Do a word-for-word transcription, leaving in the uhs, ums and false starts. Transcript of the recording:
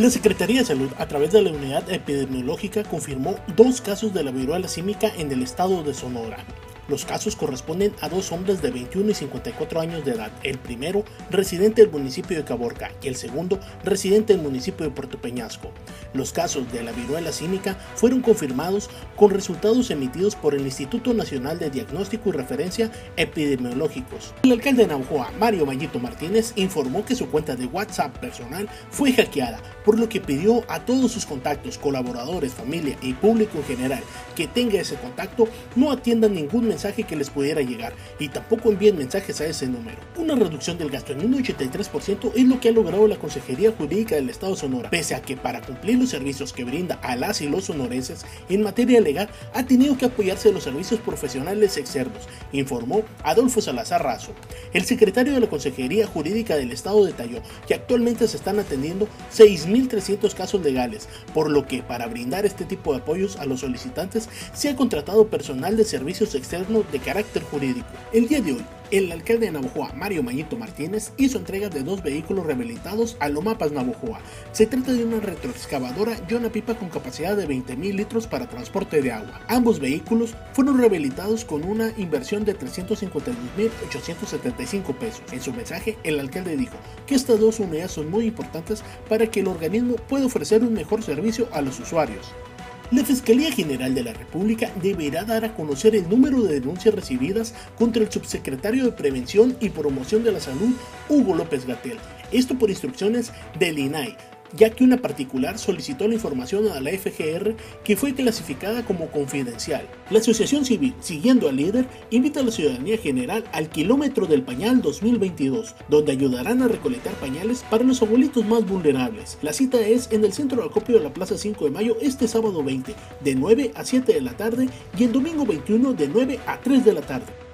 La Secretaría de Salud, a través de la Unidad Epidemiológica, confirmó dos casos de la viruela símica en el estado de Sonora. Los casos corresponden a dos hombres de veintiuno y cincuenta y cuatro años de edad, el primero residente del municipio de Caborca y el segundo residente del municipio de Puerto Peñasco. Los casos de la viruela símica fueron confirmados con resultados emitidos por el Instituto Nacional de Diagnóstico y Referencia Epidemiológicos. El alcalde de Navojoa, Mario Mayito Martínez, informó que su cuenta de WhatsApp personal fue hackeada, por lo que pidió a todos sus contactos, colaboradores, familia y público en general que tenga ese contacto no atiendan ningún mensaje que les pudiera llegar y tampoco envíen mensajes a ese número. Una reducción del gasto en un ochenta y tres por ciento es lo que ha logrado la Consejería Jurídica del Estado de Sonora, pese a que para cumplir los servicios que brinda a las y los sonorenses en materia legal ha tenido que apoyarse de los servicios profesionales externos, informó Adolfo Salazar Razo. El secretario de la Consejería Jurídica del Estado detalló que actualmente se están atendiendo seis mil trescientos casos legales, por lo que para brindar este tipo de apoyos a los solicitantes se ha contratado personal de servicios externos de carácter jurídico. El día de hoy, el alcalde de Navojoa, Mario Mayito Martínez, hizo entrega de dos vehículos rehabilitados a Lomapas Navojoa. Se trata de una retroexcavadora y una pipa con capacidad de veinte mil litros para transporte de agua. Ambos vehículos fueron rehabilitados con una inversión de trescientos cincuenta y dos mil ochocientos setenta y cinco pesos. En su mensaje, el alcalde dijo que estas dos unidades son muy importantes para que el organismo pueda ofrecer un mejor servicio a los usuarios. La Fiscalía General de la República deberá dar a conocer el número de denuncias recibidas contra el subsecretario de Prevención y Promoción de la Salud, Hugo López-Gatell. Esto por instrucciones del I N A I, ya que una particular solicitó la información a la F G R que fue clasificada como confidencial. La Asociación Civil, siguiendo al líder, invita a la ciudadanía general al Kilómetro del Pañal dos mil veintidós, donde ayudarán a recolectar pañales para los abuelitos más vulnerables. La cita es en el Centro de Acopio de la Plaza cinco de Mayo este sábado veinte, de nueve a siete de la tarde, y el domingo veintiuno de nueve a tres de la tarde.